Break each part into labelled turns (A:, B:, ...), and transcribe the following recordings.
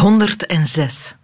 A: 106,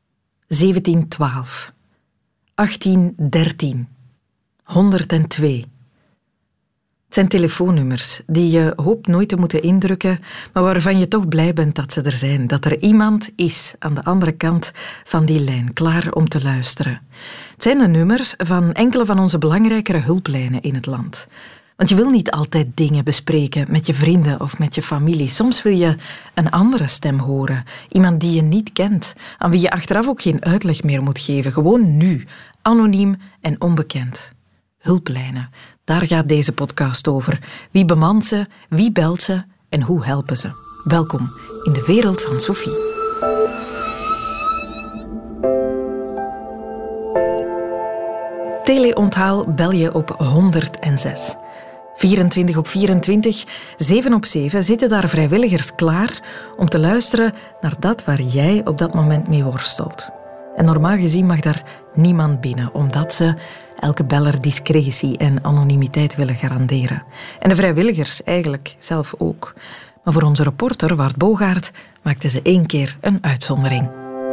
A: 1712, 1813, 102. Het zijn telefoonnummers die je hoopt nooit te moeten indrukken, maar waarvan je toch blij bent dat ze er zijn. Dat er iemand is aan de andere kant van die lijn, klaar om te luisteren. Het zijn de nummers van enkele van onze belangrijkere hulplijnen in het land. Want je wil niet altijd dingen bespreken met je vrienden of met je familie. Soms wil je een andere stem horen. Iemand die je niet kent. Aan wie je achteraf ook geen uitleg meer moet geven. Gewoon nu. Anoniem en onbekend. Hulplijnen. Daar gaat deze podcast over. Wie bemant ze, wie belt ze en hoe helpen ze? Welkom in de wereld van Sophie. Teleonthaal bel je op 106. 24 op 24, 7 op 7 zitten daar vrijwilligers klaar om te luisteren naar dat waar jij op dat moment mee worstelt. En normaal gezien mag daar niemand binnen, omdat ze elke beller discretie en anonimiteit willen garanderen. En de vrijwilligers eigenlijk zelf ook. Maar voor onze reporter, Wart Bogaert, maakten ze 1 keer een uitzondering.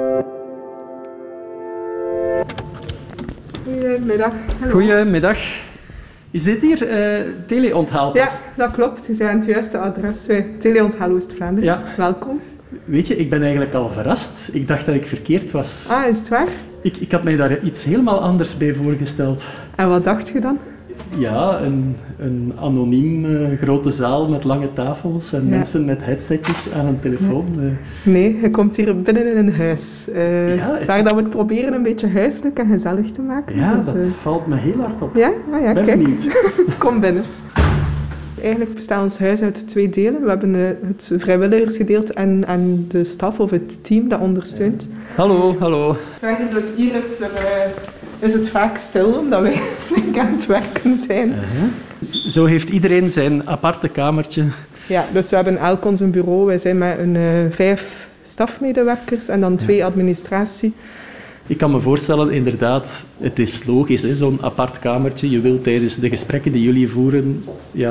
B: Goedemiddag. Hallo.
C: Goedemiddag. Is dit hier teleonthaal?
B: Ja, dat klopt. Je bent aan het juiste adres. Teleonthaal Oost-Vlaanderen.
C: Ja.
B: Welkom.
C: Weet je, ik ben eigenlijk al verrast. Ik dacht dat ik verkeerd was.
B: Ah, is het waar?
C: Ik had mij daar iets helemaal anders bij voorgesteld.
B: En wat dacht je dan?
C: Ja, een anoniem grote zaal met lange tafels en mensen met headsetjes aan een telefoon.
B: Nee, je komt hier binnen in een huis. Waar dat we het proberen een beetje huiselijk en gezellig te maken.
C: Ja,
B: dus,
C: dat valt me heel hard op.
B: Ja? Ah, ja,
C: ben
B: kijk.
C: benieuwd.
B: Kom binnen. Eigenlijk bestaat ons huis uit 2 delen. We hebben het vrijwilligersgedeelte en de staf of het team dat ondersteunt.
C: Hallo, hallo.
B: Dus hier is het vaak stil, omdat wij flink aan het werken zijn.
C: Zo heeft iedereen zijn aparte kamertje.
B: Ja, dus we hebben elk ons een bureau. Wij zijn met 5 stafmedewerkers en dan 2 administratie.
C: Ik kan me voorstellen, inderdaad, het is logisch, hè, zo'n apart kamertje. Je wilt tijdens de gesprekken die jullie voeren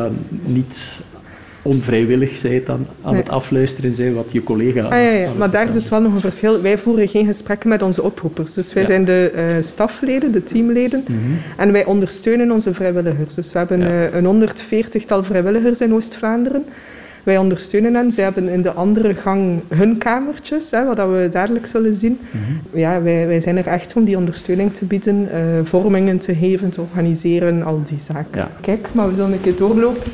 C: niet onvrijwillig zijn aan het afluisteren zijn wat je collega...
B: Ja, maar daar zit wel nog een verschil. Wij voeren geen gesprekken met onze oproepers. Dus wij zijn de stafleden, de teamleden. En wij ondersteunen onze vrijwilligers. Dus we hebben een 140-tal vrijwilligers in Oost-Vlaanderen. Wij ondersteunen hen. Zij hebben in de andere gang hun kamertjes, wat we dadelijk zullen zien. Ja, wij zijn er echt om die ondersteuning te bieden, vormingen te geven, te organiseren, al die zaken.
C: Ja.
B: Kijk, maar we zullen een keer doorlopen.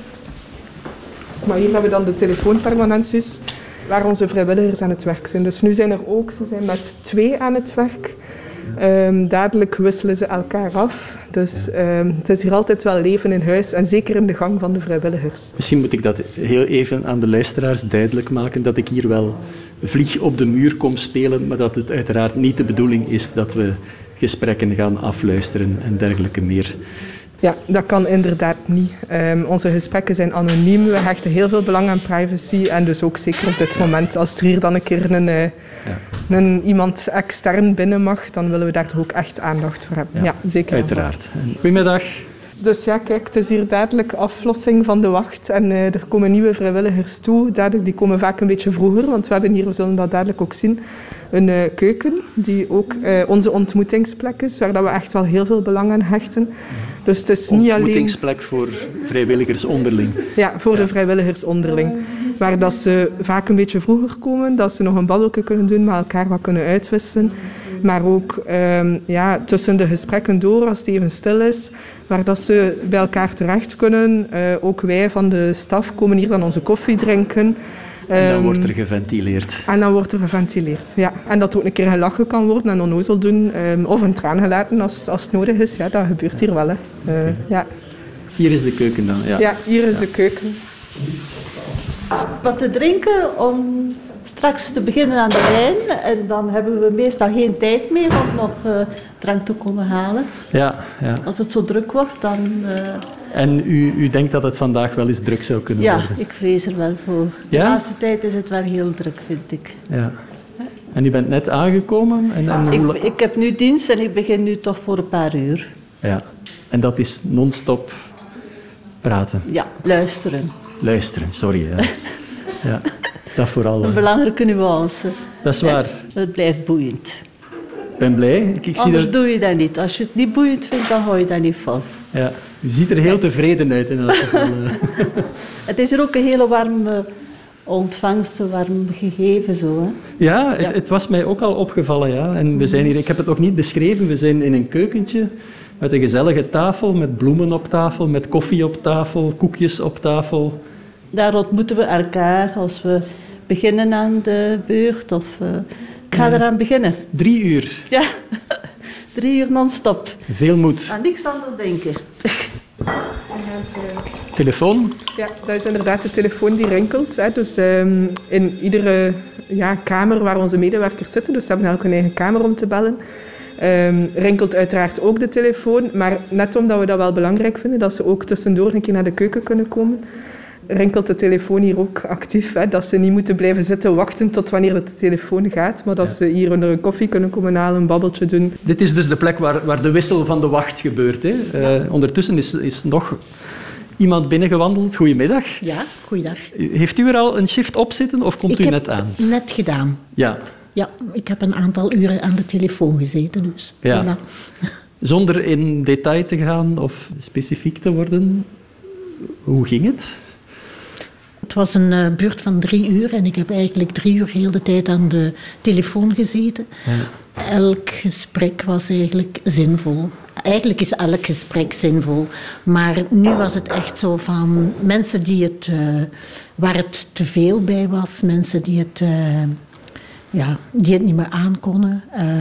B: Maar hier hebben we dan de telefoonpermanenties waar onze vrijwilligers aan het werk zijn. Dus nu zijn ze zijn met 2 aan het werk. Dadelijk wisselen ze elkaar af. Dus het is hier altijd wel leven in huis en zeker in de gang van de vrijwilligers.
C: Misschien moet ik dat heel even aan de luisteraars duidelijk maken, dat ik hier wel vlieg op de muur kom spelen, maar dat het uiteraard niet de bedoeling is dat we gesprekken gaan afluisteren en dergelijke meer.
B: Ja, dat kan inderdaad niet. Onze gesprekken zijn anoniem. We hechten heel veel belang aan privacy. En dus ook zeker op dit moment, als er hier dan een keer iemand extern binnen mag, dan willen we daar toch ook echt aandacht voor hebben. Ja, zeker.
C: Uiteraard. Goedemiddag.
B: Dus ja, kijk, het is hier dadelijk aflossing van de wacht. En er komen nieuwe vrijwilligers toe. Die komen vaak een beetje vroeger, want we hebben hier, we zullen dat dadelijk ook zien, een keuken, die ook onze ontmoetingsplek is, waar dat we echt wel heel veel belang aan hechten. Dus het is niet alleen...
C: Ontmoetingsplek voor vrijwilligers onderling.
B: Ja, voor de vrijwilligers onderling. Waar dat ze vaak een beetje vroeger komen, dat ze nog een babbelje kunnen doen, met elkaar wat kunnen uitwisselen. Maar ook tussen de gesprekken door, als het even stil is, waar dat ze bij elkaar terecht kunnen. Ook wij van de staf komen hier dan onze koffie drinken.
C: En dan wordt er geventileerd.
B: En dan wordt er geventileerd, ja. En dat ook een keer gelachen kan worden en onnozel doen. Of een traan gelaten als het nodig is. Ja, dat gebeurt hier wel. Hè. Ja.
C: Hier is de keuken dan.
B: Ja, hier is de keuken.
D: Wat te drinken om straks te beginnen aan de lijn. En dan hebben we meestal geen tijd meer om nog drank te komen halen.
C: Ja.
D: Als het zo druk wordt, dan...
C: En u denkt dat het vandaag wel eens druk zou kunnen worden?
D: Ja, ik vrees er wel voor. De laatste tijd is het wel heel druk, vind ik.
C: Ja. En u bent net aangekomen?
D: Ik heb nu dienst en ik begin nu toch voor een paar uur.
C: Ja. En dat is non-stop praten?
D: Ja, luisteren.
C: Luisteren, sorry. Ja. Dat vooral.
D: Een belangrijke nuance.
C: Dat is waar.
D: Het blijft boeiend.
C: Ik ben blij. Ik zie
D: Anders doe je dat niet. Als je het niet boeiend vindt, dan hou je dat niet vol.
C: Ja, je ziet er heel tevreden uit in elk geval.
D: Het is er ook een hele warme ontvangst, een warm gegeven. Zo, hè?
C: Ja, het was mij ook al opgevallen. Ja. En we zijn hier, ik heb het nog niet beschreven, we zijn in een keukentje met een gezellige tafel, met bloemen op tafel, met koffie op tafel, koekjes op tafel.
D: Daar ontmoeten we elkaar als we beginnen aan de beurt. Of, ik ga eraan beginnen.
C: 3 uur.
D: Ja, 3 uur non-stop.
C: Veel moed.
D: Aan niks anders denken.
C: Telefoon?
B: Ja, dat is inderdaad de telefoon die rinkelt. Hè. Dus in iedere kamer waar onze medewerkers zitten, dus ze hebben elk een eigen kamer om te bellen, rinkelt uiteraard ook de telefoon. Maar net omdat we dat wel belangrijk vinden, dat ze ook tussendoor een keer naar de keuken kunnen komen, rinkelt de telefoon hier ook actief. Hè. Dat ze niet moeten blijven zitten wachten tot wanneer de telefoon gaat, maar dat ze hier onder een koffie kunnen komen halen, een babbeltje doen.
C: Dit is dus de plek waar de wissel van de wacht gebeurt. Hè. Ondertussen is nog iemand binnengewandeld. Goedemiddag.
E: Ja, goeiedag.
C: Heeft u er al een shift op zitten of komt u net aan?
E: Net gedaan.
C: Ja.
E: Ja, ik heb een aantal uren aan de telefoon gezeten, dus
C: Ja.
E: voilà.
C: Zonder in detail te gaan of specifiek te worden, hoe ging het?
E: Het was een beurt van 3 uur en ik heb eigenlijk 3 uur heel de tijd aan de telefoon gezeten. Ja. Elk gesprek was eigenlijk zinvol. Eigenlijk is elk gesprek zinvol, maar nu was het echt zo van mensen waar het te veel bij was, mensen die het niet meer aankonden.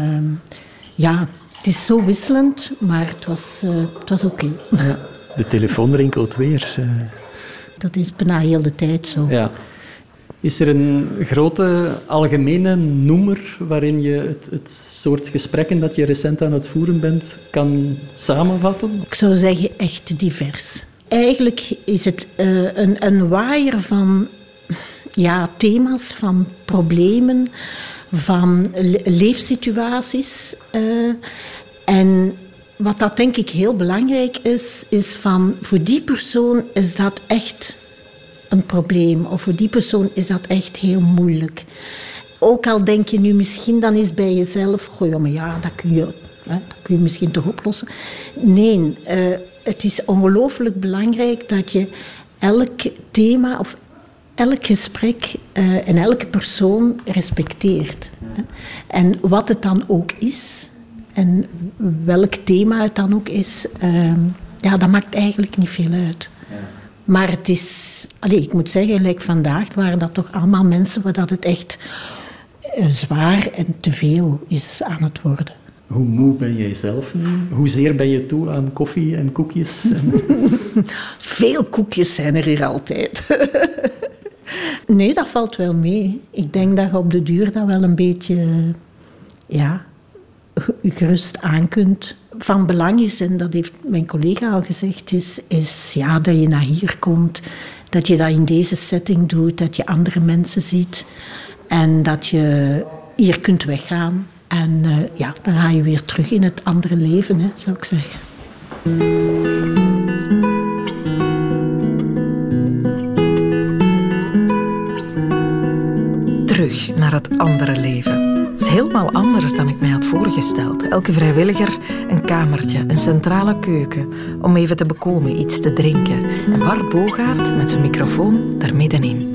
E: Het is zo wisselend, maar het was oké.
C: Ja, de telefoon rinkelt weer.
E: Dat is bijna heel de tijd zo.
C: Ja. Is er een grote algemene noemer waarin je het soort gesprekken dat je recent aan het voeren bent kan samenvatten?
E: Ik zou zeggen echt divers. Eigenlijk is het een waaier van thema's, van problemen, van leefsituaties. En wat dat denk ik heel belangrijk is van voor die persoon is dat echt een probleem. Of voor die persoon is dat echt heel moeilijk. Ook al denk je nu misschien dan eens bij jezelf, dat kun je misschien toch oplossen. Nee, het is ongelooflijk belangrijk dat je elk thema of elk gesprek en elke persoon respecteert. En wat het dan ook is en welk thema het dan ook is, dat maakt eigenlijk niet veel uit. Ja. Maar het is, ik moet zeggen, gelijk vandaag waren dat toch allemaal mensen waar dat het echt zwaar en te veel is aan het worden.
C: Hoe moe ben jij zelf nu? Hoezeer ben je toe aan koffie en koekjes?
E: Veel koekjes zijn er hier altijd. Nee, dat valt wel mee. Ik denk dat je op de duur dat wel een beetje gerust aan kunt. Van belang is, en dat heeft mijn collega al gezegd, is dat je naar hier komt, dat je dat in deze setting doet, dat je andere mensen ziet en dat je hier kunt weggaan. En dan ga je weer terug in het andere leven, zou ik zeggen.
A: Terug naar het andere leven. Het is helemaal anders dan ik mij had voorgesteld. Elke vrijwilliger een kamertje, een centrale keuken, om even te bekomen, iets te drinken. En Bart Bogaert met zijn microfoon daar middenin.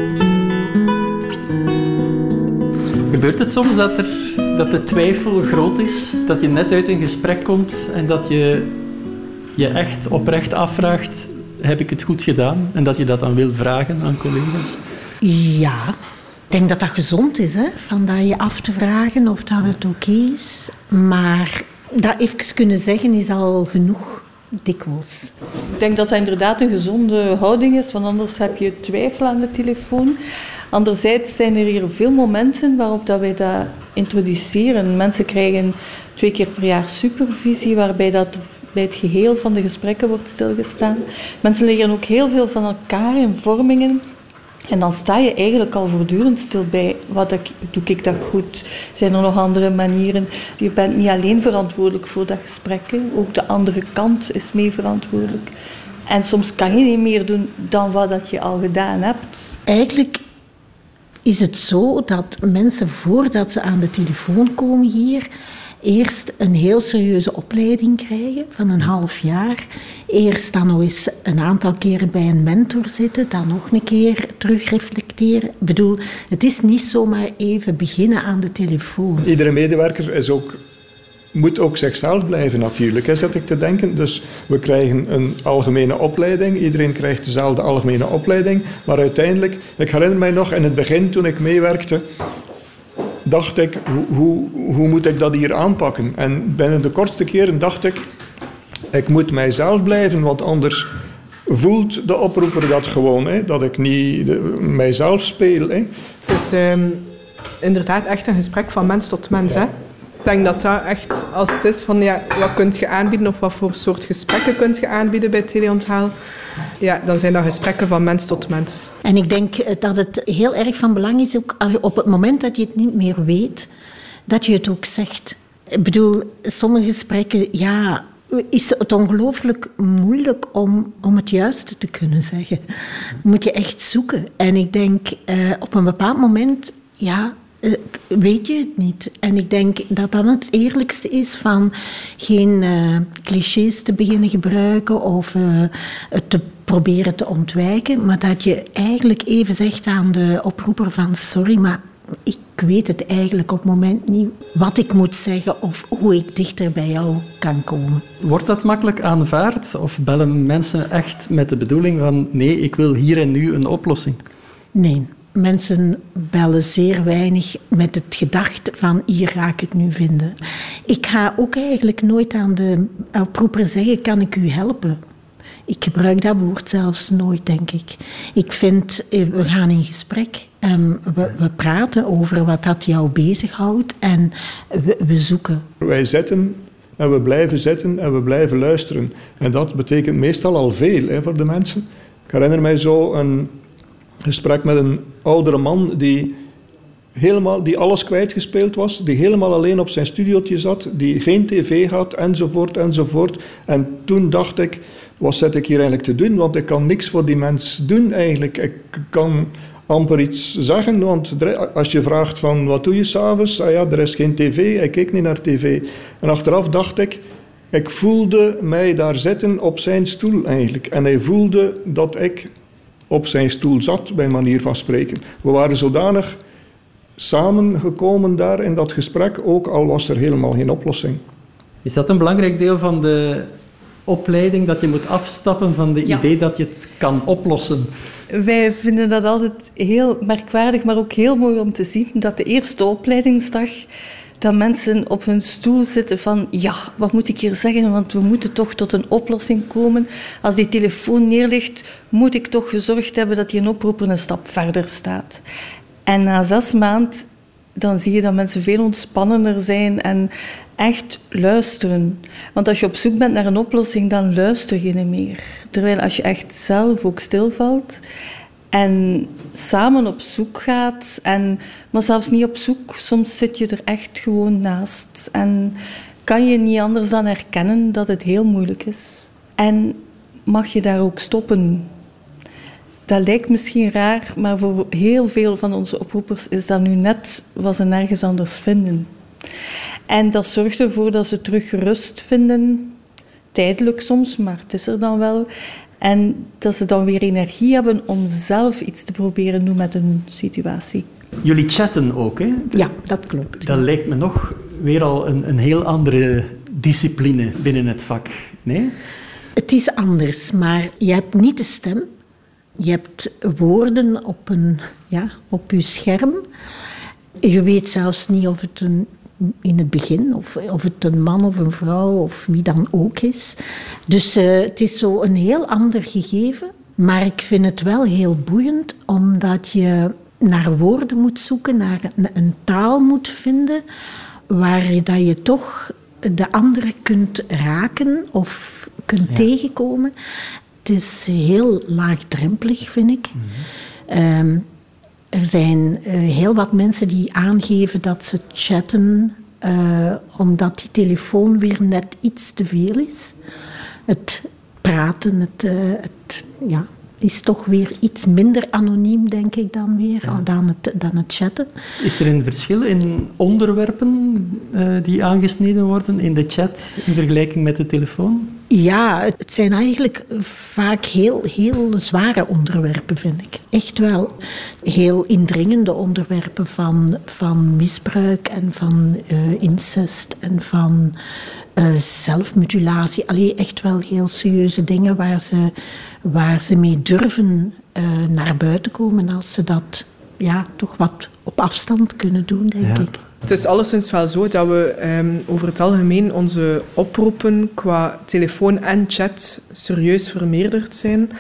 C: Gebeurt het soms dat de twijfel groot is, dat je net uit een gesprek komt en dat je je echt oprecht afvraagt, heb ik het goed gedaan? En dat je dat dan wil vragen aan collega's?
E: Ja, ik denk dat dat gezond is, van dat je af te vragen of dat het oké is. Maar dat even kunnen zeggen is al genoeg, dikwijls.
D: Ik denk dat dat inderdaad een gezonde houding is, want anders heb je twijfel aan de telefoon. Anderzijds zijn er hier veel momenten waarop dat wij dat introduceren. Mensen krijgen 2 keer per jaar supervisie, waarbij dat bij het geheel van de gesprekken wordt stilgestaan. Mensen leren ook heel veel van elkaar in vormingen. En dan sta je eigenlijk al voortdurend stil bij, doe ik dat goed? Zijn er nog andere manieren? Je bent niet alleen verantwoordelijk voor dat gesprek, ook de andere kant is mee verantwoordelijk. En soms kan je niet meer doen dan wat dat je al gedaan hebt.
E: Eigenlijk is het zo dat mensen, voordat ze aan de telefoon komen hier, eerst een heel serieuze opleiding krijgen van een half jaar. Eerst dan nog eens een aantal keren bij een mentor zitten, dan nog een keer terugreflecteren. Ik bedoel, het is niet zomaar even beginnen aan de telefoon.
F: Iedere medewerker moet ook zichzelf blijven natuurlijk, zit ik te denken. Dus we krijgen een algemene opleiding. Iedereen krijgt dezelfde algemene opleiding. Maar uiteindelijk, ik herinner mij nog in het begin toen ik meewerkte, dacht ik, hoe moet ik dat hier aanpakken? En binnen de kortste keren dacht ik moet mijzelf blijven, want anders voelt de oproeper dat gewoon, dat ik niet mijzelf speel.
B: Het is inderdaad echt een gesprek van mens tot mens. Ja. Ik denk dat dat echt, als het is van wat kun je aanbieden of wat voor soort gesprekken kun je aanbieden bij Teleonthaal, dan zijn dat gesprekken van mens tot mens.
E: En ik denk dat het heel erg van belang is, ook op het moment dat je het niet meer weet, dat je het ook zegt. Ik bedoel, sommige gesprekken, is het ongelooflijk moeilijk om het juiste te kunnen zeggen. Moet je echt zoeken. En ik denk, op een bepaald moment, weet je het niet. En ik denk dat dan het eerlijkste is van geen clichés te beginnen gebruiken of het te proberen te ontwijken, maar dat je eigenlijk even zegt aan de oproeper van sorry, maar ik weet het eigenlijk op het moment niet wat ik moet zeggen of hoe ik dichter bij jou kan komen.
C: Wordt dat makkelijk aanvaard of bellen mensen echt met de bedoeling van nee, ik wil hier en nu een oplossing?
E: Nee. Mensen bellen zeer weinig met het gedacht van hier ga ik het nu vinden. Ik ga ook eigenlijk nooit aan de oproeper zeggen, kan ik u helpen? Ik gebruik dat woord zelfs nooit, denk ik. Ik vind, we gaan in gesprek. We praten over wat dat jou bezighoudt en we zoeken.
F: Wij zitten en we blijven zitten en we blijven luisteren. En dat betekent meestal al veel voor de mensen. Ik herinner mij zo een gesprek met een oudere man die alles kwijtgespeeld was, die helemaal alleen op zijn studiootje zat, die geen tv had, enzovoort, enzovoort. En toen dacht ik, wat zit ik hier eigenlijk te doen? Want ik kan niks voor die mens doen eigenlijk. Ik kan amper iets zeggen, want als je vraagt van wat doe je s'avonds? Er is geen tv, ik keek niet naar tv. En achteraf dacht ik voelde mij daar zitten op zijn stoel eigenlijk. En hij voelde dat ik op zijn stoel zat, bij manier van spreken. We waren zodanig samengekomen daar in dat gesprek, ook al was er helemaal geen oplossing.
C: Is dat een belangrijk deel van de opleiding, dat je moet afstappen van de idee dat je het kan oplossen?
D: Wij vinden dat altijd heel merkwaardig, maar ook heel mooi om te zien, dat de eerste opleidingsdag dat mensen op hun stoel zitten van wat moet ik hier zeggen, want we moeten toch tot een oplossing komen. Als die telefoon neerligt, moet ik toch gezorgd hebben dat die oproeper een stap verder staat. En na 6 maanden, dan zie je dat mensen veel ontspannender zijn en echt luisteren. Want als je op zoek bent naar een oplossing, dan luister je niet meer. Terwijl als je echt zelf ook stilvalt en samen op zoek gaat, maar zelfs niet op zoek, soms zit je er echt gewoon naast. En kan je niet anders dan erkennen dat het heel moeilijk is. En mag je daar ook stoppen. Dat lijkt misschien raar, maar voor heel veel van onze oproepers is dat nu net wat ze nergens anders vinden. En dat zorgt ervoor dat ze terug rust vinden, tijdelijk soms, maar het is er dan wel. En dat ze dan weer energie hebben om zelf iets te proberen doen met een situatie.
C: Jullie chatten ook, hè?
E: Ja, dat klopt.
C: Dat lijkt me nog weer al een heel andere discipline binnen het vak, nee?
E: Het is anders, maar je hebt niet de stem. Je hebt woorden op je scherm. Je weet zelfs niet of het in het begin, of het een man of een vrouw of wie dan ook is. Dus het is zo een heel ander gegeven. Maar ik vind het wel heel boeiend, omdat je naar woorden moet zoeken, naar een taal moet vinden, waar dat je toch de andere kunt raken of kunt tegenkomen. Het is heel laagdrempelig, vind ik. Mm-hmm. Er zijn heel wat mensen die aangeven dat ze chatten omdat die telefoon weer net iets te veel is. Het praten, is toch weer iets minder anoniem, denk ik, dan het chatten.
C: Is er een verschil in onderwerpen die aangesneden worden in de chat in vergelijking met de telefoon?
E: Ja, het zijn eigenlijk vaak heel, heel zware onderwerpen, vind ik. Echt wel heel indringende onderwerpen van misbruik en van incest en van zelfmutilatie. Allee, echt wel heel serieuze dingen waar ze mee durven naar buiten komen als ze dat toch wat op afstand kunnen doen, denk ik.
B: Het is alleszins wel zo dat we over het algemeen onze oproepen qua telefoon en chat serieus vermeerderd zijn.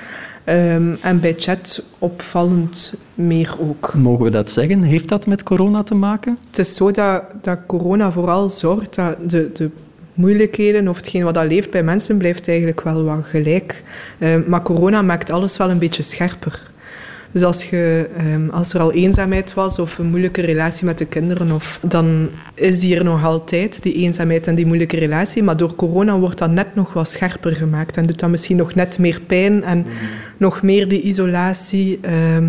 B: En bij chat opvallend meer ook.
C: Mogen we dat zeggen? Heeft dat met corona te maken?
B: Het is zo dat corona vooral zorgt dat de moeilijkheden of hetgeen wat dat leeft bij mensen blijft eigenlijk wel wat gelijk. Maar corona maakt alles wel een beetje scherper. Dus als er al eenzaamheid was of een moeilijke relatie met de kinderen, dan is die er nog altijd, die eenzaamheid en die moeilijke relatie. Maar door corona wordt dat net nog wat scherper gemaakt en doet dat misschien nog net meer pijn en nog meer die isolatie.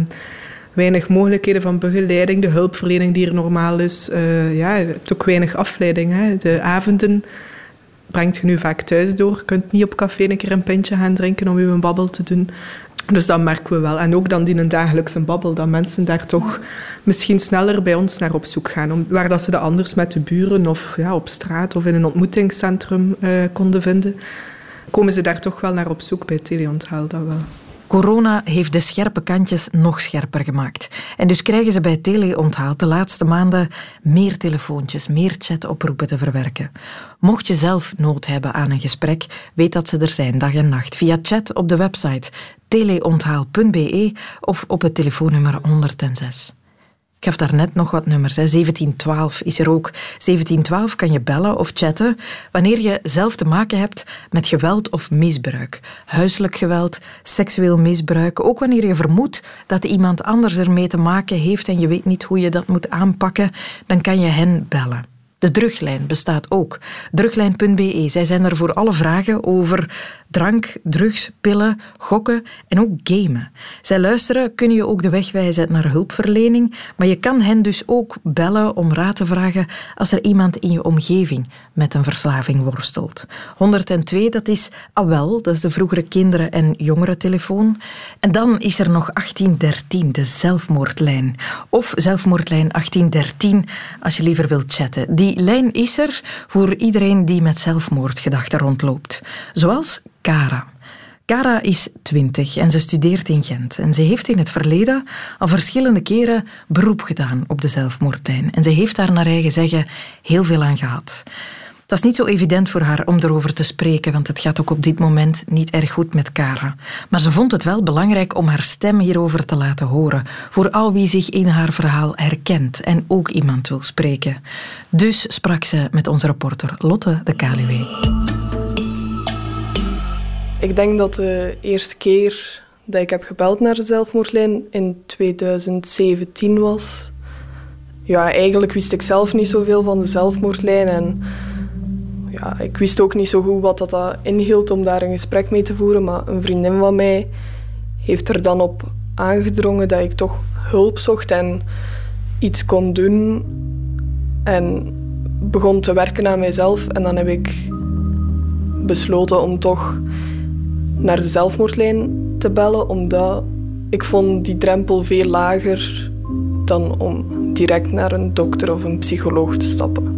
B: Weinig mogelijkheden van begeleiding, de hulpverlening die er normaal is. Je hebt ook weinig afleiding. Hè. De avonden brengt je nu vaak thuis door. Je kunt niet op café een keer een pintje gaan drinken om je een babbel te doen. Dus dat merken we wel. En ook dan die een dagelijkse babbel, dat mensen daar toch misschien sneller bij ons naar op zoek gaan. Waar dat ze dat anders met de buren of op straat of in een ontmoetingscentrum konden vinden, komen ze daar toch wel naar op zoek bij Teleonthaal, dat wel.
A: Corona heeft de scherpe kantjes nog scherper gemaakt. En dus krijgen ze bij Teleonthaal de laatste maanden meer telefoontjes, meer chatoproepen te verwerken. Mocht je zelf nood hebben aan een gesprek, weet dat ze er zijn dag en nacht. Via chat op de website teleonthaal.be of op het telefoonnummer 106. Ik gaf daarnet nog wat nummers. 1712 is er ook. 1712 kan je bellen of chatten wanneer je zelf te maken hebt met geweld of misbruik. Huiselijk geweld, seksueel misbruik. Ook wanneer je vermoedt dat iemand anders ermee te maken heeft en je weet niet hoe je dat moet aanpakken, dan kan je hen bellen. De druglijn bestaat ook. Druglijn.be. Zij zijn er voor alle vragen over drank, drugs, pillen, gokken en ook gamen. Zij luisteren, kunnen je ook de weg wijzen naar hulpverlening, maar je kan hen dus ook bellen om raad te vragen als er iemand in je omgeving met een verslaving worstelt. 102, dat is AWEL, dat is de vroegere kinderen- en jongerentelefoon. En dan is er nog 1813, de zelfmoordlijn. Of zelfmoordlijn 1813, als je liever wilt chatten. Die lijn is er voor iedereen die met zelfmoordgedachten rondloopt. Zoals Cara. Cara is 20 en ze studeert in Gent. En ze heeft in het verleden al verschillende keren beroep gedaan op de zelfmoordlijn. En ze heeft daar naar eigen zeggen heel veel aan gehad. Het was niet zo evident voor haar om erover te spreken, want het gaat ook op dit moment niet erg goed met Cara. Maar ze vond het wel belangrijk om haar stem hierover te laten horen, voor al wie zich in haar verhaal herkent en ook iemand wil spreken. Dus sprak ze met onze reporter Lotte de Kaluwe.
G: Ik denk dat de eerste keer dat ik heb gebeld naar de zelfmoordlijn in 2017 was. Ja, eigenlijk wist ik zelf niet zoveel van de zelfmoordlijn en ik wist ook niet zo goed wat dat inhield om daar een gesprek mee te voeren, maar een vriendin van mij heeft er dan op aangedrongen dat ik toch hulp zocht en iets kon doen en begon te werken aan mijzelf. En dan heb ik besloten om toch naar de zelfmoordlijn te bellen, omdat ik vond die drempel veel lager dan om direct naar een dokter of een psycholoog te stappen.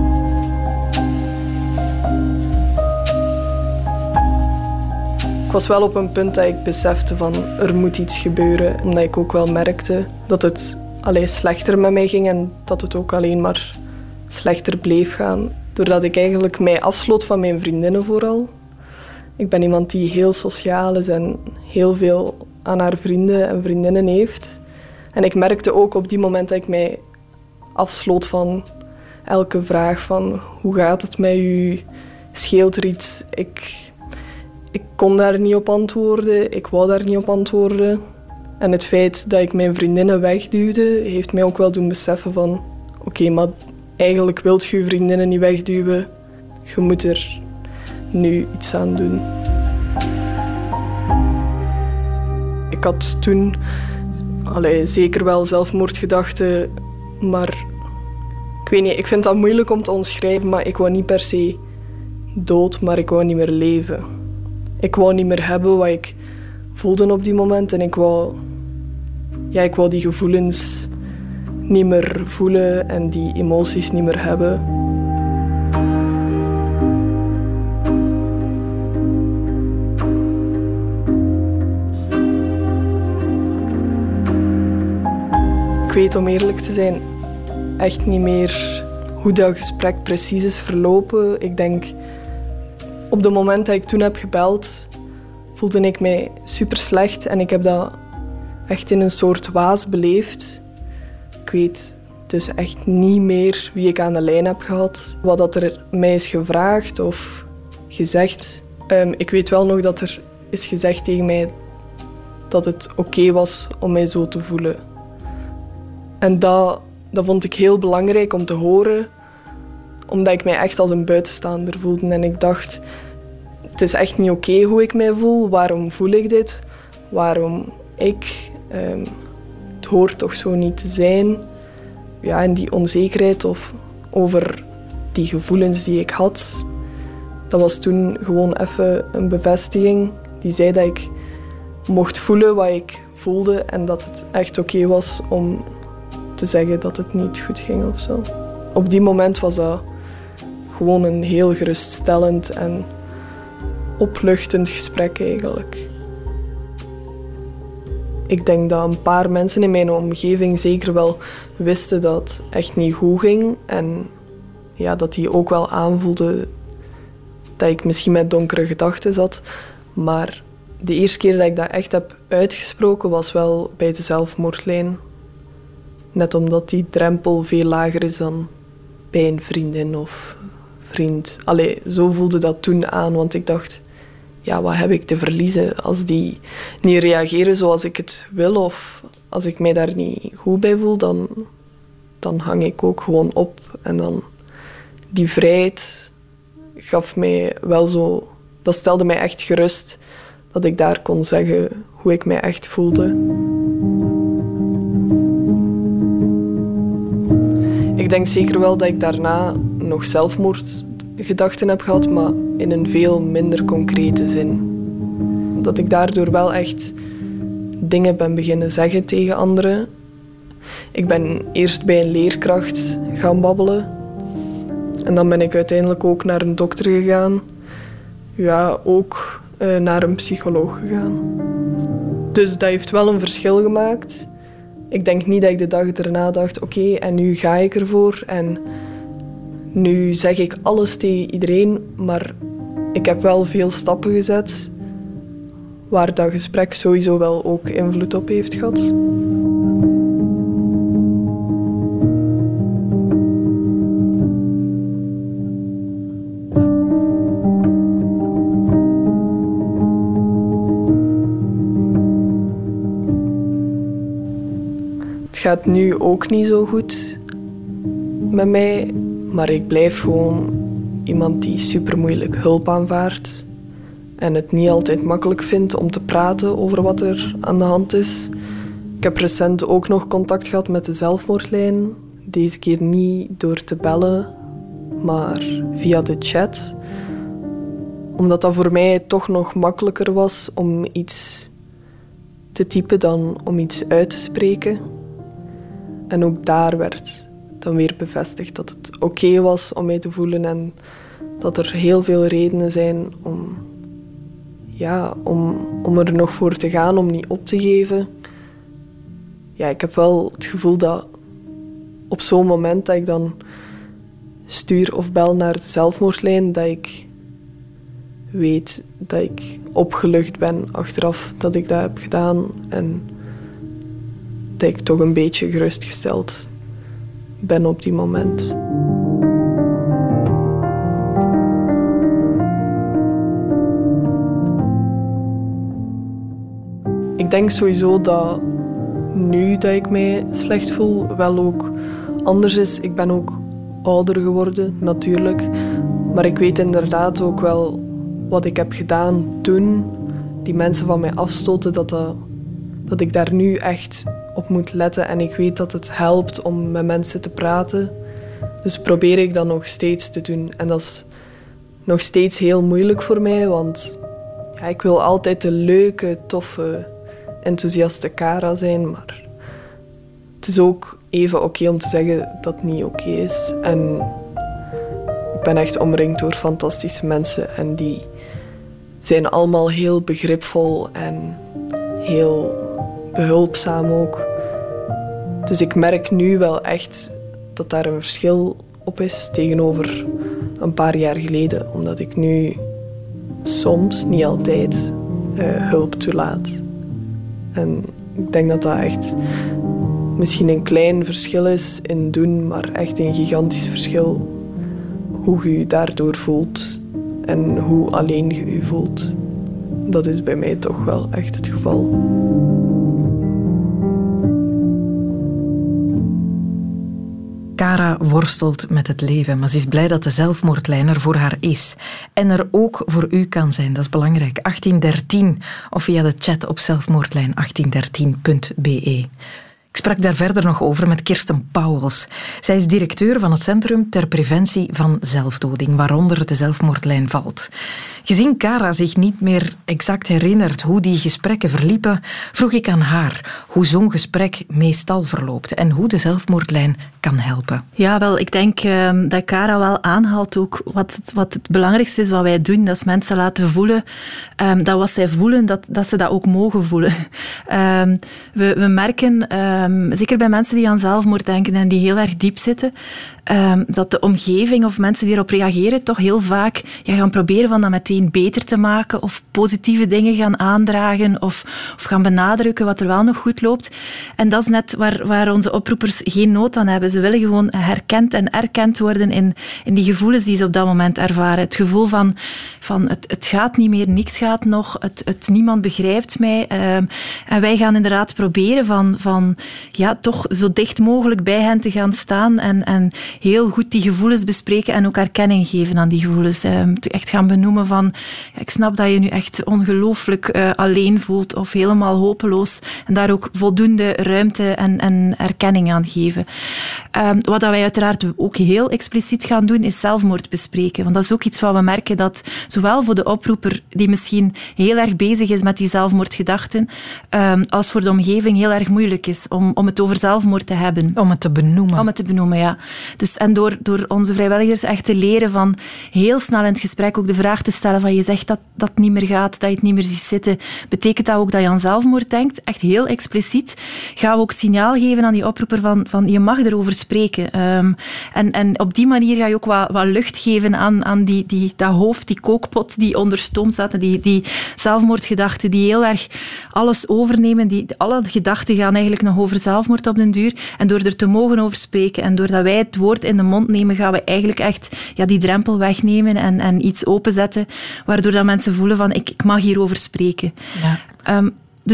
G: Ik was wel op een punt dat ik besefte van er moet iets gebeuren, omdat ik ook wel merkte dat het slechter met mij ging en dat het ook alleen maar slechter bleef gaan. Doordat ik eigenlijk mij afsloot van mijn vriendinnen vooral. Ik ben iemand die heel sociaal is en heel veel aan haar vrienden en vriendinnen heeft. En ik merkte ook op die moment dat ik mij afsloot van elke vraag van hoe gaat het met u, scheelt er iets? Ik kon daar niet op antwoorden, ik wou daar niet op antwoorden. En het feit dat ik mijn vriendinnen wegduwde, heeft mij ook wel doen beseffen van oké, maar eigenlijk wilt je vriendinnen niet wegduwen. Je moet er nu iets aan doen. Ik had toen zeker wel zelfmoordgedachten, maar ik weet niet, ik vind dat moeilijk om te omschrijven, maar ik wou niet per se dood, maar ik wou niet meer leven. Ik wou niet meer hebben wat ik voelde op die moment en ik wou die gevoelens niet meer voelen en die emoties niet meer hebben. Ik weet, om eerlijk te zijn, echt niet meer hoe dat gesprek precies is verlopen. Ik denk, op het moment dat ik toen heb gebeld, voelde ik mij super slecht en ik heb dat echt in een soort waas beleefd. Ik weet dus echt niet meer wie ik aan de lijn heb gehad, wat dat er mij is gevraagd of gezegd. Ik weet wel nog dat er is gezegd tegen mij dat het oké was om mij zo te voelen. En dat vond ik heel belangrijk om te horen, omdat ik mij echt als een buitenstaander voelde. En ik dacht, het is echt niet oké hoe ik mij voel. Waarom voel ik dit? Waarom ik? Het hoort toch zo niet te zijn. Ja, en die onzekerheid over die gevoelens die ik had, dat was toen gewoon even een bevestiging. Die zei dat ik mocht voelen wat ik voelde en dat het echt oké was om te zeggen dat het niet goed ging of zo. Op die moment was dat gewoon een heel geruststellend en opluchtend gesprek eigenlijk. Ik denk dat een paar mensen in mijn omgeving zeker wel wisten dat het echt niet goed ging. En ja, dat die ook wel aanvoelden dat ik misschien met donkere gedachten zat. Maar de eerste keer dat ik dat echt heb uitgesproken was wel bij de zelfmoordlijn. Net omdat die drempel veel lager is dan bij een vriendin of vriend. Zo voelde dat toen aan, want ik dacht, ja, wat heb ik te verliezen als die niet reageren zoals ik het wil of als ik mij daar niet goed bij voel, dan hang ik ook gewoon op. En dan die vrijheid gaf mij wel zo, dat stelde mij echt gerust dat ik daar kon zeggen hoe ik mij echt voelde. Ik denk zeker wel dat ik daarna nog zelfmoordgedachten heb gehad, maar in een veel minder concrete zin. Dat ik daardoor wel echt dingen ben beginnen zeggen tegen anderen. Ik ben eerst bij een leerkracht gaan babbelen. En dan ben ik uiteindelijk ook naar een dokter gegaan. Ja, ook naar een psycholoog gegaan. Dus dat heeft wel een verschil gemaakt. Ik denk niet dat ik de dag erna dacht, oké, en nu ga ik ervoor. En nu zeg ik alles tegen iedereen, maar ik heb wel veel stappen gezet waar dat gesprek sowieso wel ook invloed op heeft gehad. Het gaat nu ook niet zo goed met mij, maar ik blijf gewoon iemand die super moeilijk hulp aanvaardt en het niet altijd makkelijk vindt om te praten over wat er aan de hand is. Ik heb recent ook nog contact gehad met de zelfmoordlijn. Deze keer niet door te bellen, maar via de chat. Omdat dat voor mij toch nog makkelijker was om iets te typen dan om iets uit te spreken. En ook daar werd dan weer bevestigd dat het oké was om mij te voelen en dat er heel veel redenen zijn om er nog voor te gaan, om niet op te geven. Ja, ik heb wel het gevoel dat op zo'n moment dat ik dan stuur of bel naar de zelfmoordlijn, dat ik weet dat ik opgelucht ben achteraf dat ik dat heb gedaan en dat ik toch een beetje gerustgesteld ben op die moment. Ik denk sowieso dat nu dat ik mij slecht voel wel ook anders is. Ik ben ook ouder geworden, natuurlijk. Maar ik weet inderdaad ook wel wat ik heb gedaan toen die mensen van mij afstoten, dat dat ik daar nu echt op moet letten. En ik weet dat het helpt om met mensen te praten. Dus probeer ik dat nog steeds te doen. En dat is nog steeds heel moeilijk voor mij, want ja, ik wil altijd de leuke, toffe, enthousiaste Cara zijn. Maar het is ook even oké om te zeggen dat het niet oké is. En ik ben echt omringd door fantastische mensen. En die zijn allemaal heel begripvol en heel behulpzaam ook. Dus ik merk nu wel echt dat daar een verschil op is tegenover een paar jaar geleden. Omdat ik nu soms, niet altijd, hulp toelaat. En ik denk dat dat echt misschien een klein verschil is in doen, maar echt een gigantisch verschil. Hoe je je daardoor voelt en hoe alleen je je voelt. Dat is bij mij toch wel echt het geval.
A: Cara worstelt met het leven, maar ze is blij dat de zelfmoordlijn er voor haar is. En er ook voor u kan zijn, dat is belangrijk. 1813 of via de chat op zelfmoordlijn1813.be. Ik sprak daar verder nog over met Kirsten Pauwels. Zij is directeur van het Centrum ter Preventie van Zelfdoding, waaronder de zelfmoordlijn valt. Gezien Cara zich niet meer exact herinnert hoe die gesprekken verliepen, vroeg ik aan haar hoe zo'n gesprek meestal verloopt en hoe de zelfmoordlijn kan helpen.
H: Ja, wel, ik denk dat Cara wel aanhaalt ook wat het belangrijkste is wat wij doen, dat is mensen laten voelen dat wat zij voelen, dat ze dat ook mogen voelen. We merken, zeker bij mensen die aan zelfmoord denken en die heel erg diep zitten, dat de omgeving of mensen die erop reageren toch heel vaak gaan proberen van dat meteen beter te maken of positieve dingen gaan aandragen of gaan benadrukken wat er wel nog goed loopt. En dat is net waar onze oproepers geen nood aan hebben. Ze willen gewoon herkend en erkend worden in die gevoelens die ze op dat moment ervaren. Het gevoel van het gaat niet meer, niks gaat nog, het niemand begrijpt mij. En wij gaan inderdaad proberen van toch zo dicht mogelijk bij hen te gaan staan en heel goed die gevoelens bespreken en ook erkenning geven aan die gevoelens. Echt gaan benoemen van, ik snap dat je nu echt ongelooflijk alleen voelt of helemaal hopeloos. En daar ook voldoende ruimte en erkenning aan geven. Wat wij uiteraard ook heel expliciet gaan doen, is zelfmoord bespreken. Want dat is ook iets wat we merken dat zowel voor de oproeper, die misschien heel erg bezig is met die zelfmoordgedachten, als voor de omgeving heel erg moeilijk is om het over zelfmoord te hebben.
A: Om het te benoemen.
H: Om het te benoemen, ja. Dus, en door onze vrijwilligers echt te leren van heel snel in het gesprek ook de vraag te stellen van je zegt dat het niet meer gaat, dat je het niet meer ziet zitten. Betekent dat ook dat je aan zelfmoord denkt? Echt heel expliciet. Gaan we ook het signaal geven aan die oproeper van je mag erover spreken. En op die manier ga je ook wat lucht geven aan dat hoofd, die kookpot die onder stoom staat, die zelfmoordgedachten die heel erg alles overnemen. Alle gedachten gaan eigenlijk nog over zelfmoord op den duur. En door er te mogen over spreken en doordat wij het woord in de mond nemen, gaan we eigenlijk echt die drempel wegnemen en iets openzetten, waardoor dat mensen voelen van ik mag hierover spreken. Ja.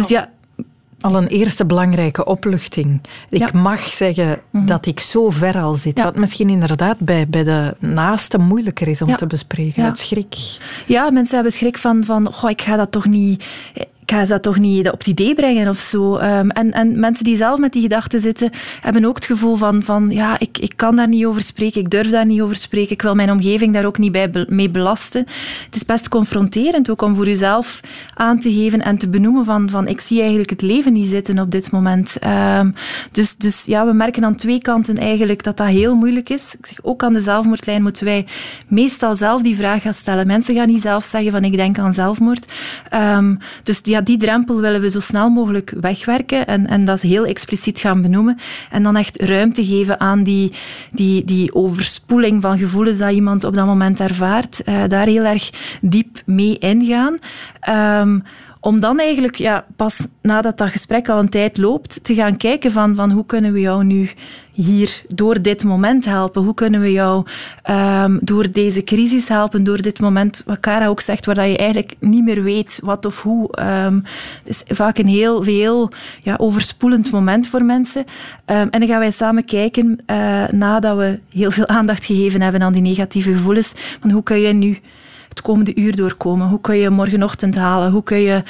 A: Al een eerste belangrijke opluchting. Ik mag zeggen dat ik zo ver al zit. Wat misschien inderdaad bij de naasten moeilijker is om te bespreken. Ja. Het schrik.
H: Ja, mensen hebben schrik van ik ga dat toch niet... Ik ga ze toch niet op het idee brengen of zo. En mensen die zelf met die gedachten zitten, hebben ook het gevoel van ik kan daar niet over spreken, ik durf daar niet over spreken, ik wil mijn omgeving daar ook niet mee belasten. Het is best confronterend ook om voor jezelf aan te geven en te benoemen van ik zie eigenlijk het leven niet zitten op dit moment. Dus we merken aan twee kanten eigenlijk dat heel moeilijk is. Ik zeg, ook aan de zelfmoordlijn moeten wij meestal zelf die vraag gaan stellen. Mensen gaan niet zelf zeggen van ik denk aan zelfmoord. Dus die drempel willen we zo snel mogelijk wegwerken en dat is heel expliciet gaan benoemen. En dan echt ruimte geven aan die overspoeling van gevoelens dat iemand op dat moment ervaart. Daar heel erg diep mee ingaan. Om dan eigenlijk pas nadat dat gesprek al een tijd loopt, te gaan kijken van hoe kunnen we jou nu hier door dit moment helpen? Hoe kunnen we jou door deze crisis helpen, door dit moment, wat Cara ook zegt, waar je eigenlijk niet meer weet wat of hoe. Het is vaak een heel overspoelend moment voor mensen. En dan gaan wij samen kijken, nadat we heel veel aandacht gegeven hebben aan die negatieve gevoelens, van hoe kun je nu het komende uur doorkomen? Hoe kun je morgenochtend halen? Hoe kun je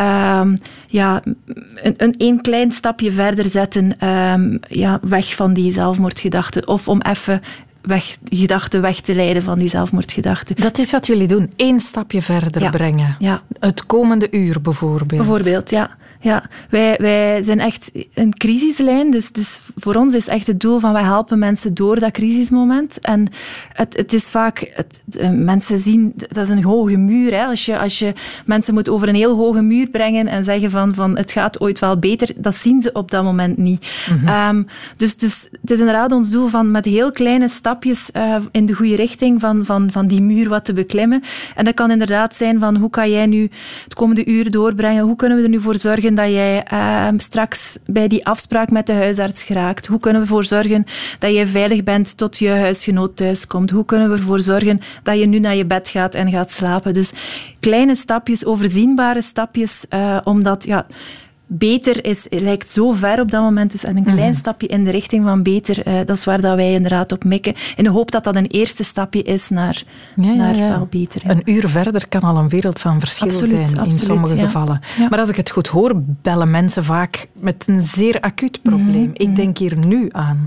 H: een klein stapje verder zetten weg van die zelfmoordgedachten? Of om even gedachten weg te leiden van die zelfmoordgedachten.
A: Dat is wat jullie doen. 1 stapje verder brengen.
H: Ja.
A: Het komende uur bijvoorbeeld.
H: Bijvoorbeeld, ja. Wij zijn echt een crisislijn, dus voor ons is echt het doel van wij helpen mensen door dat crisismoment. En het is vaak, mensen zien, dat is een hoge muur. Hè. Als je mensen moet over een heel hoge muur brengen en zeggen van het gaat ooit wel beter, dat zien ze op dat moment niet. Mm-hmm. Dus het is inderdaad ons doel van met heel kleine stapjes in de goede richting van die muur wat te beklimmen. En dat kan inderdaad zijn van hoe kan jij nu het komende uur doorbrengen, hoe kunnen we er nu voor zorgen dat jij straks bij die afspraak met de huisarts geraakt? Hoe kunnen we ervoor zorgen dat jij veilig bent tot je huisgenoot thuiskomt? Hoe kunnen we ervoor zorgen dat je nu naar je bed gaat en gaat slapen? Dus kleine stapjes, overzienbare stapjes, omdat beter lijkt zo ver op dat moment. Dus een klein stapje in de richting van beter, dat is waar dat wij inderdaad op mikken. In de hoop dat dat een eerste stapje is naar wel beter. Ja.
A: Een uur verder kan al een wereld van verschil zijn in sommige gevallen. Ja. Maar als ik het goed hoor, bellen mensen vaak met een zeer acuut probleem. Ik denk hier nu aan.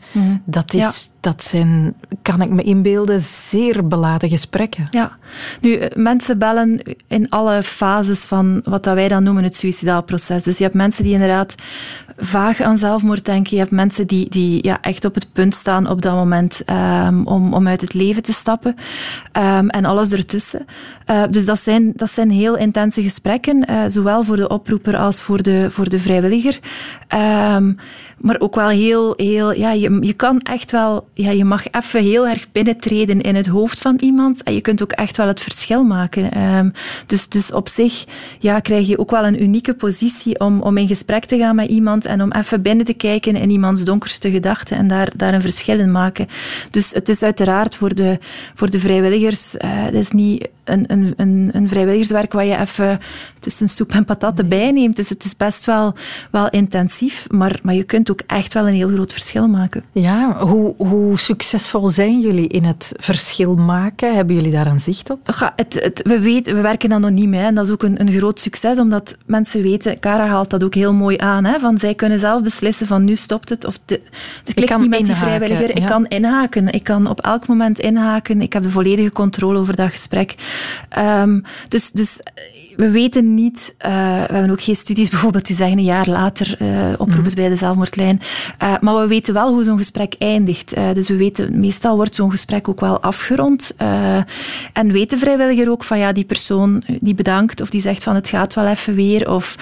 A: Dat zijn, kan ik me inbeelden, zeer beladen gesprekken.
H: Ja. Nu, mensen bellen in alle fases van wat dat wij dan noemen het suïcidaal proces. Dus je hebt mensen die inderdaad vaag aan zelfmoord denken. Je hebt mensen die echt op het punt staan op dat moment om uit het leven te stappen. En alles ertussen. Dus dat zijn heel intense gesprekken, zowel voor de oproeper als voor de vrijwilliger. Maar ook wel heel je kan echt wel, je mag even heel erg binnentreden in het hoofd van iemand en je kunt ook echt wel het verschil maken. Dus op zich krijg je ook wel een unieke positie om in gesprek te gaan met iemand en om even binnen te kijken in iemands donkerste gedachten en daar een verschil in maken. Dus het is uiteraard voor de vrijwilligers, het is niet een vrijwilligerswerk waar je even tussen soep en patat erbij neemt. Dus het is best wel intensief, maar je kunt ook echt wel een heel groot verschil maken.
A: Ja, hoe succesvol zijn jullie in het verschil maken? Hebben jullie daar een zicht op?
H: We werken anoniem, hè, en dat is ook een groot succes, omdat mensen weten, Cara haalt dat ook heel mooi aan, hè, van zij kunnen zelf beslissen van nu stopt het, of het klikt niet met die vrijwilliger. Ja. Ik kan inhaken, ik kan op elk moment inhaken, ik heb de volledige controle over dat gesprek. Dus we weten niet, we hebben ook geen studies bijvoorbeeld die zeggen een jaar later oproepers bij de zelfmoordlijn, maar we weten wel hoe zo'n gesprek eindigt. Dus we weten, meestal wordt zo'n gesprek ook wel afgerond. En weet de vrijwilliger ook van die persoon die bedankt of die zegt van het gaat wel even weer of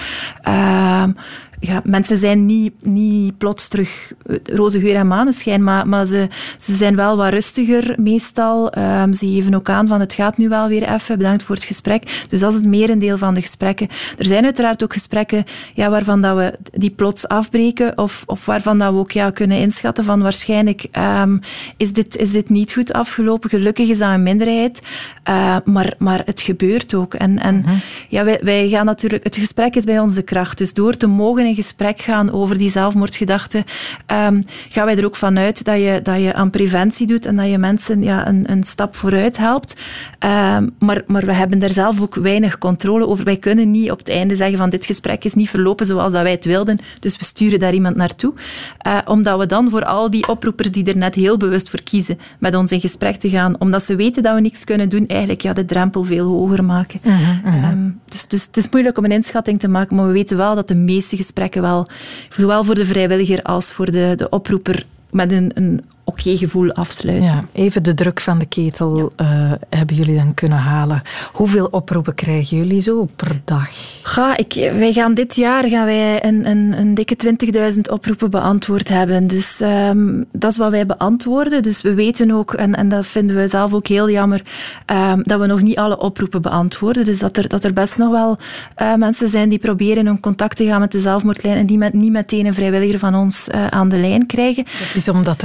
H: mensen zijn niet plots terug roze geur en maneschijn, maar ze zijn wel wat rustiger meestal. Ze geven ook aan van het gaat nu wel weer even, bedankt voor het gesprek. Dus dat is het merendeel van de gesprekken. Er zijn uiteraard ook gesprekken waarvan dat we die plots afbreken of waarvan dat we ook kunnen inschatten van waarschijnlijk is dit niet goed afgelopen. Gelukkig is dat een minderheid, maar het gebeurt ook. En wij gaan natuurlijk, het gesprek is bij ons de kracht, dus door te mogen in gesprek gaan over die zelfmoordgedachten, gaan wij er ook vanuit dat je aan preventie doet en dat je mensen een stap vooruit helpt. Maar we hebben daar zelf ook weinig controle over. Wij kunnen niet op het einde zeggen van dit gesprek is niet verlopen zoals dat wij het wilden, dus we sturen daar iemand naartoe. Omdat we dan voor al die oproepers die er net heel bewust voor kiezen met ons in gesprek te gaan, omdat ze weten dat we niks kunnen doen, eigenlijk de drempel veel hoger maken. Dus het is moeilijk om een inschatting te maken, maar we weten wel dat de meeste gesprekken wel, zowel voor de vrijwilliger als voor de oproeper, met een oké gevoel afsluiten. Ja,
A: even de druk van de ketel hebben jullie dan kunnen halen. Hoeveel oproepen krijgen jullie zo per dag?
H: Wij gaan dit jaar een dikke 20.000 oproepen beantwoord hebben. Dus dat is wat wij beantwoorden. Dus we weten ook, en dat vinden we zelf ook heel jammer, dat we nog niet alle oproepen beantwoorden. Dus dat er best nog wel mensen zijn die proberen in contact te gaan met de zelfmoordlijn en die niet meteen een vrijwilliger van ons aan de lijn krijgen.
A: Dat is omdat er niemand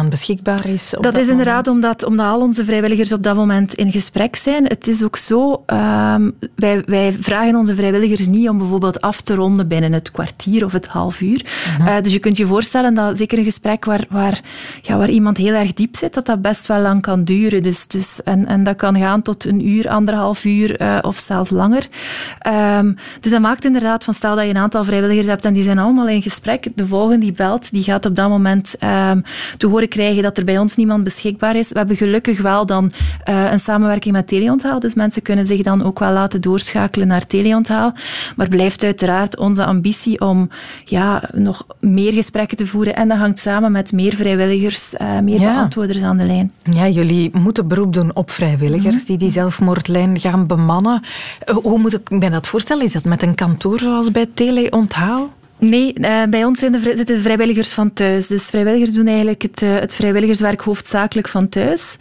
A: niemand beschikbaar is?
H: Dat is inderdaad omdat al onze vrijwilligers op dat moment in gesprek zijn. Het is ook zo, wij vragen onze vrijwilligers niet om bijvoorbeeld af te ronden binnen het kwartier of het half uur. Dus je kunt je voorstellen dat zeker een gesprek waar iemand heel erg diep zit, dat best wel lang kan duren. En dat kan gaan tot 1 uur, 1,5 uur of zelfs langer. Dus dat maakt inderdaad van, stel dat je een aantal vrijwilligers hebt en die zijn allemaal in gesprek, de volgende die belt, die gaat op dat moment te horen krijgen dat er bij ons niemand beschikbaar is. We hebben gelukkig wel dan een samenwerking met Teleonthaal, dus mensen kunnen zich dan ook wel laten doorschakelen naar Teleonthaal. Maar blijft uiteraard onze ambitie om nog meer gesprekken te voeren en dat hangt samen met meer vrijwilligers, meer beantwoorders aan de lijn.
A: Ja, jullie moeten beroep doen op vrijwilligers die zelfmoordlijn gaan bemannen. Hoe moet ik me dat voorstellen? Is dat met een kantoor zoals bij Teleonthaal?
H: Nee, bij ons zitten vrijwilligers van thuis. Dus vrijwilligers doen eigenlijk het vrijwilligerswerk hoofdzakelijk van thuis.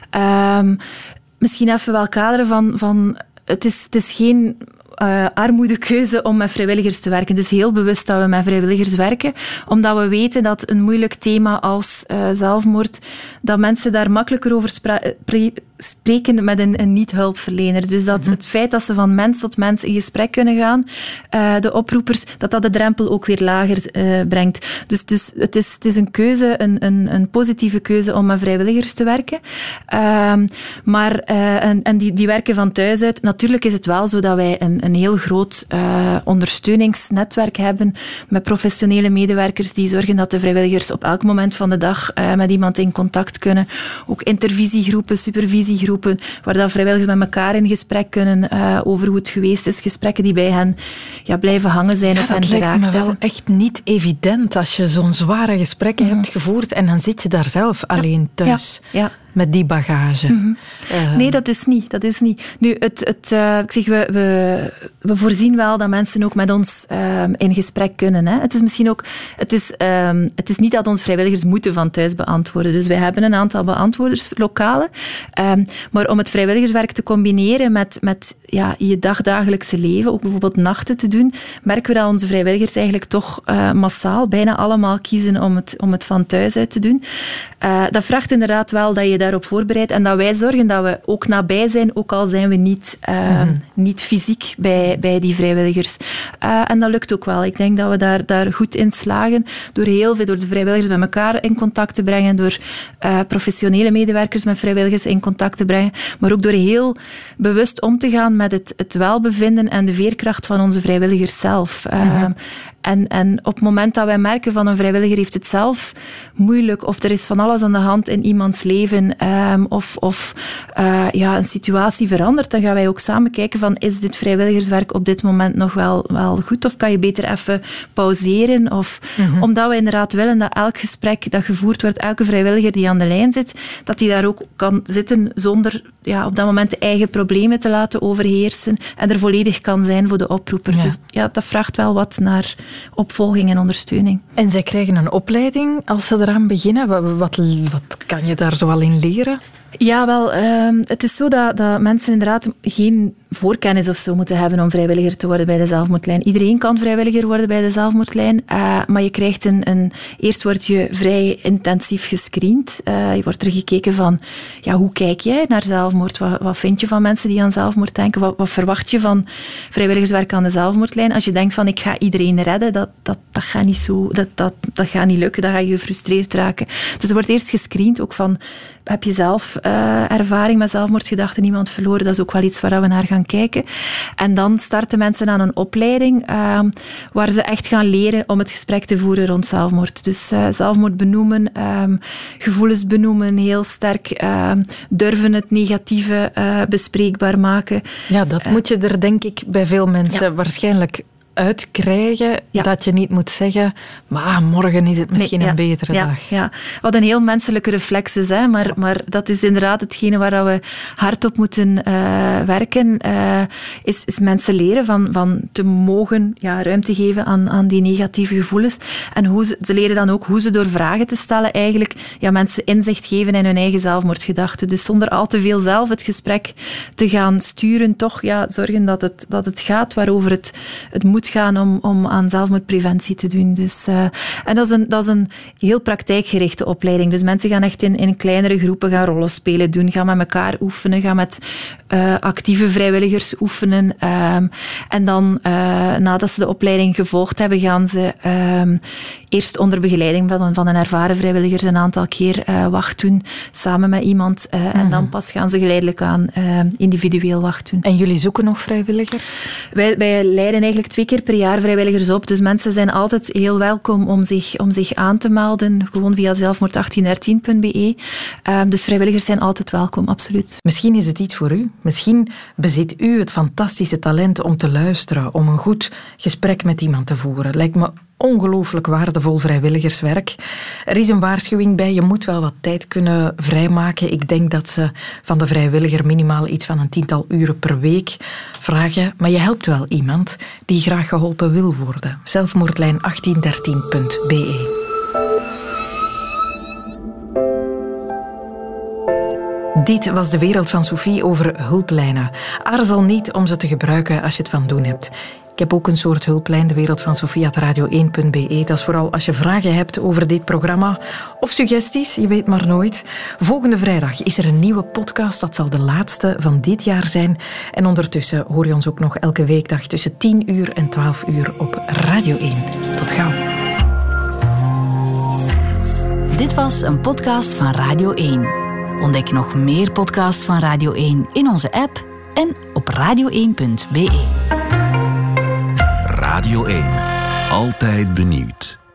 H: Misschien even wel kaderen van het is geen armoedekeuze om met vrijwilligers te werken. Het is heel bewust dat we met vrijwilligers werken, omdat we weten dat een moeilijk thema als zelfmoord, dat mensen daar makkelijker over spreken met een niet-hulpverlener. Dus dat het feit dat ze van mens tot mens in gesprek kunnen gaan, de oproepers, dat de drempel ook weer lager brengt. Dus het is een keuze, een positieve keuze om met vrijwilligers te werken. Maar die werken van thuis uit. Natuurlijk is het wel zo dat wij een heel groot ondersteuningsnetwerk hebben met professionele medewerkers die zorgen dat de vrijwilligers op elk moment van de dag met iemand in contact kunnen. Ook intervisiegroepen, supervisiegroepen, waar dat vrijwilligers met elkaar in gesprek kunnen over hoe het geweest is. Gesprekken die bij hen blijven hangen zijn of hen geraakt hebben.
A: Dat lijkt me wel echt niet evident als je zo'n zware gesprekken hebt gevoerd en dan zit je daar zelf alleen thuis.
H: Ja.
A: Met die bagage.
H: Nee, dat is niet. Nu, ik zeg, we voorzien wel dat mensen ook met ons in gesprek kunnen. Hè. Het is misschien ook... Het is niet dat onze vrijwilligers moeten van thuis beantwoorden. Dus wij hebben een aantal beantwoorders, lokale. Maar om het vrijwilligerswerk te combineren met je dagdagelijkse leven, ook bijvoorbeeld nachten te doen, merken we dat onze vrijwilligers eigenlijk toch massaal, bijna allemaal kiezen om het van thuis uit te doen. Dat vraagt inderdaad wel dat je daarop voorbereidt en dat wij zorgen dat we ook nabij zijn, ook al zijn we niet fysiek bij die vrijwilligers. En dat lukt ook wel. Ik denk dat we daar goed in slagen door door de vrijwilligers met elkaar in contact te brengen, door professionele medewerkers met vrijwilligers in contact te brengen, maar ook door heel bewust om te gaan met het welbevinden en de veerkracht van onze vrijwilligers zelf. En op het moment dat wij merken van een vrijwilliger heeft het zelf moeilijk of er is van alles aan de hand in iemands leven of een situatie verandert, dan gaan wij ook samen kijken van is dit vrijwilligerswerk op dit moment nog wel goed of kan je beter even pauzeren? Omdat we inderdaad willen dat elk gesprek dat gevoerd wordt, elke vrijwilliger die aan de lijn zit, dat die daar ook kan zitten zonder op dat moment de eigen problemen te laten overheersen en er volledig kan zijn voor de oproeper. Ja. Dus dat vraagt wel wat naar opvolging en ondersteuning.
A: En zij krijgen een opleiding als ze eraan beginnen. Wat kan je daar zoal in leren?
H: Ja, wel, het is zo dat mensen inderdaad geen voorkennis of zo moeten hebben om vrijwilliger te worden bij de zelfmoordlijn. Iedereen kan vrijwilliger worden bij de zelfmoordlijn, maar je krijgt eerst word je vrij intensief gescreend. Je wordt er gekeken van, hoe kijk jij naar zelfmoord? Wat vind je van mensen die aan zelfmoord denken? Wat verwacht je van vrijwilligerswerk aan de zelfmoordlijn? Als je denkt van, ik ga iedereen redden, dat gaat niet zo, dat gaat niet lukken, dan ga je gefrustreerd raken. Dus er wordt eerst gescreend, ook van, heb je zelf ervaring met zelfmoordgedachten, iemand verloren? Dat is ook wel iets waar we naar gaan kijken. En dan starten mensen aan een opleiding waar ze echt gaan leren om het gesprek te voeren rond zelfmoord. Dus zelfmoord benoemen, gevoelens benoemen, heel sterk durven het negatieve bespreekbaar maken.
A: Ja, dat moet je er denk ik bij veel mensen waarschijnlijk uitkrijgen, dat je niet moet zeggen, maar morgen is het misschien een betere dag.
H: Ja, wat een heel menselijke reflex is, hè? Maar dat is inderdaad hetgene waar we hard op moeten werken, is mensen leren van te mogen ruimte geven aan die negatieve gevoelens. En ze leren dan ook hoe ze door vragen te stellen eigenlijk mensen inzicht geven in hun eigen zelfmoordgedachten. Dus zonder al te veel zelf het gesprek te gaan sturen, toch zorgen dat het gaat waarover het moet moet gaan om aan zelfmoordpreventie te doen. Dus, en dat is een heel praktijkgerichte opleiding. Dus mensen gaan echt in kleinere groepen gaan rollenspelen doen, gaan met elkaar oefenen, gaan met actieve vrijwilligers oefenen. En dan, nadat ze de opleiding gevolgd hebben, gaan ze eerst onder begeleiding van een ervaren vrijwilliger een aantal keer wacht doen, samen met iemand. En dan pas gaan ze geleidelijk aan individueel wacht doen.
A: En jullie zoeken nog vrijwilligers?
H: Wij leiden eigenlijk 2 keer per jaar vrijwilligers op. Dus mensen zijn altijd heel welkom om zich aan te melden. Gewoon via zelfmoord1813.be. Dus vrijwilligers zijn altijd welkom, absoluut.
A: Misschien is het iets voor u. Misschien bezit u het fantastische talent om te luisteren, om een goed gesprek met iemand te voeren. Lijkt me ongelooflijk waardevol vrijwilligerswerk. Er is een waarschuwing bij, je moet wel wat tijd kunnen vrijmaken. Ik denk dat ze van de vrijwilliger minimaal iets van een 10-tal uren per week vragen. Maar je helpt wel iemand die graag geholpen wil worden. Zelfmoordlijn1813.be. Dit was de wereld van Sophie over hulplijnen. Aarzel niet om ze te gebruiken als je het van doen hebt. Ik heb ook een soort hulplijn, de wereld van Sophie@radio1.be. Dat is vooral als je vragen hebt over dit programma of suggesties, je weet maar nooit. Volgende vrijdag is er een nieuwe podcast, dat zal de laatste van dit jaar zijn. En ondertussen hoor je ons ook nog elke weekdag tussen 10 uur en 12 uur op Radio 1. Tot gauw.
I: Dit was een podcast van Radio 1. Ontdek nog meer podcasts van Radio 1 in onze app en op radio1.be.
J: Radio 1. Altijd benieuwd.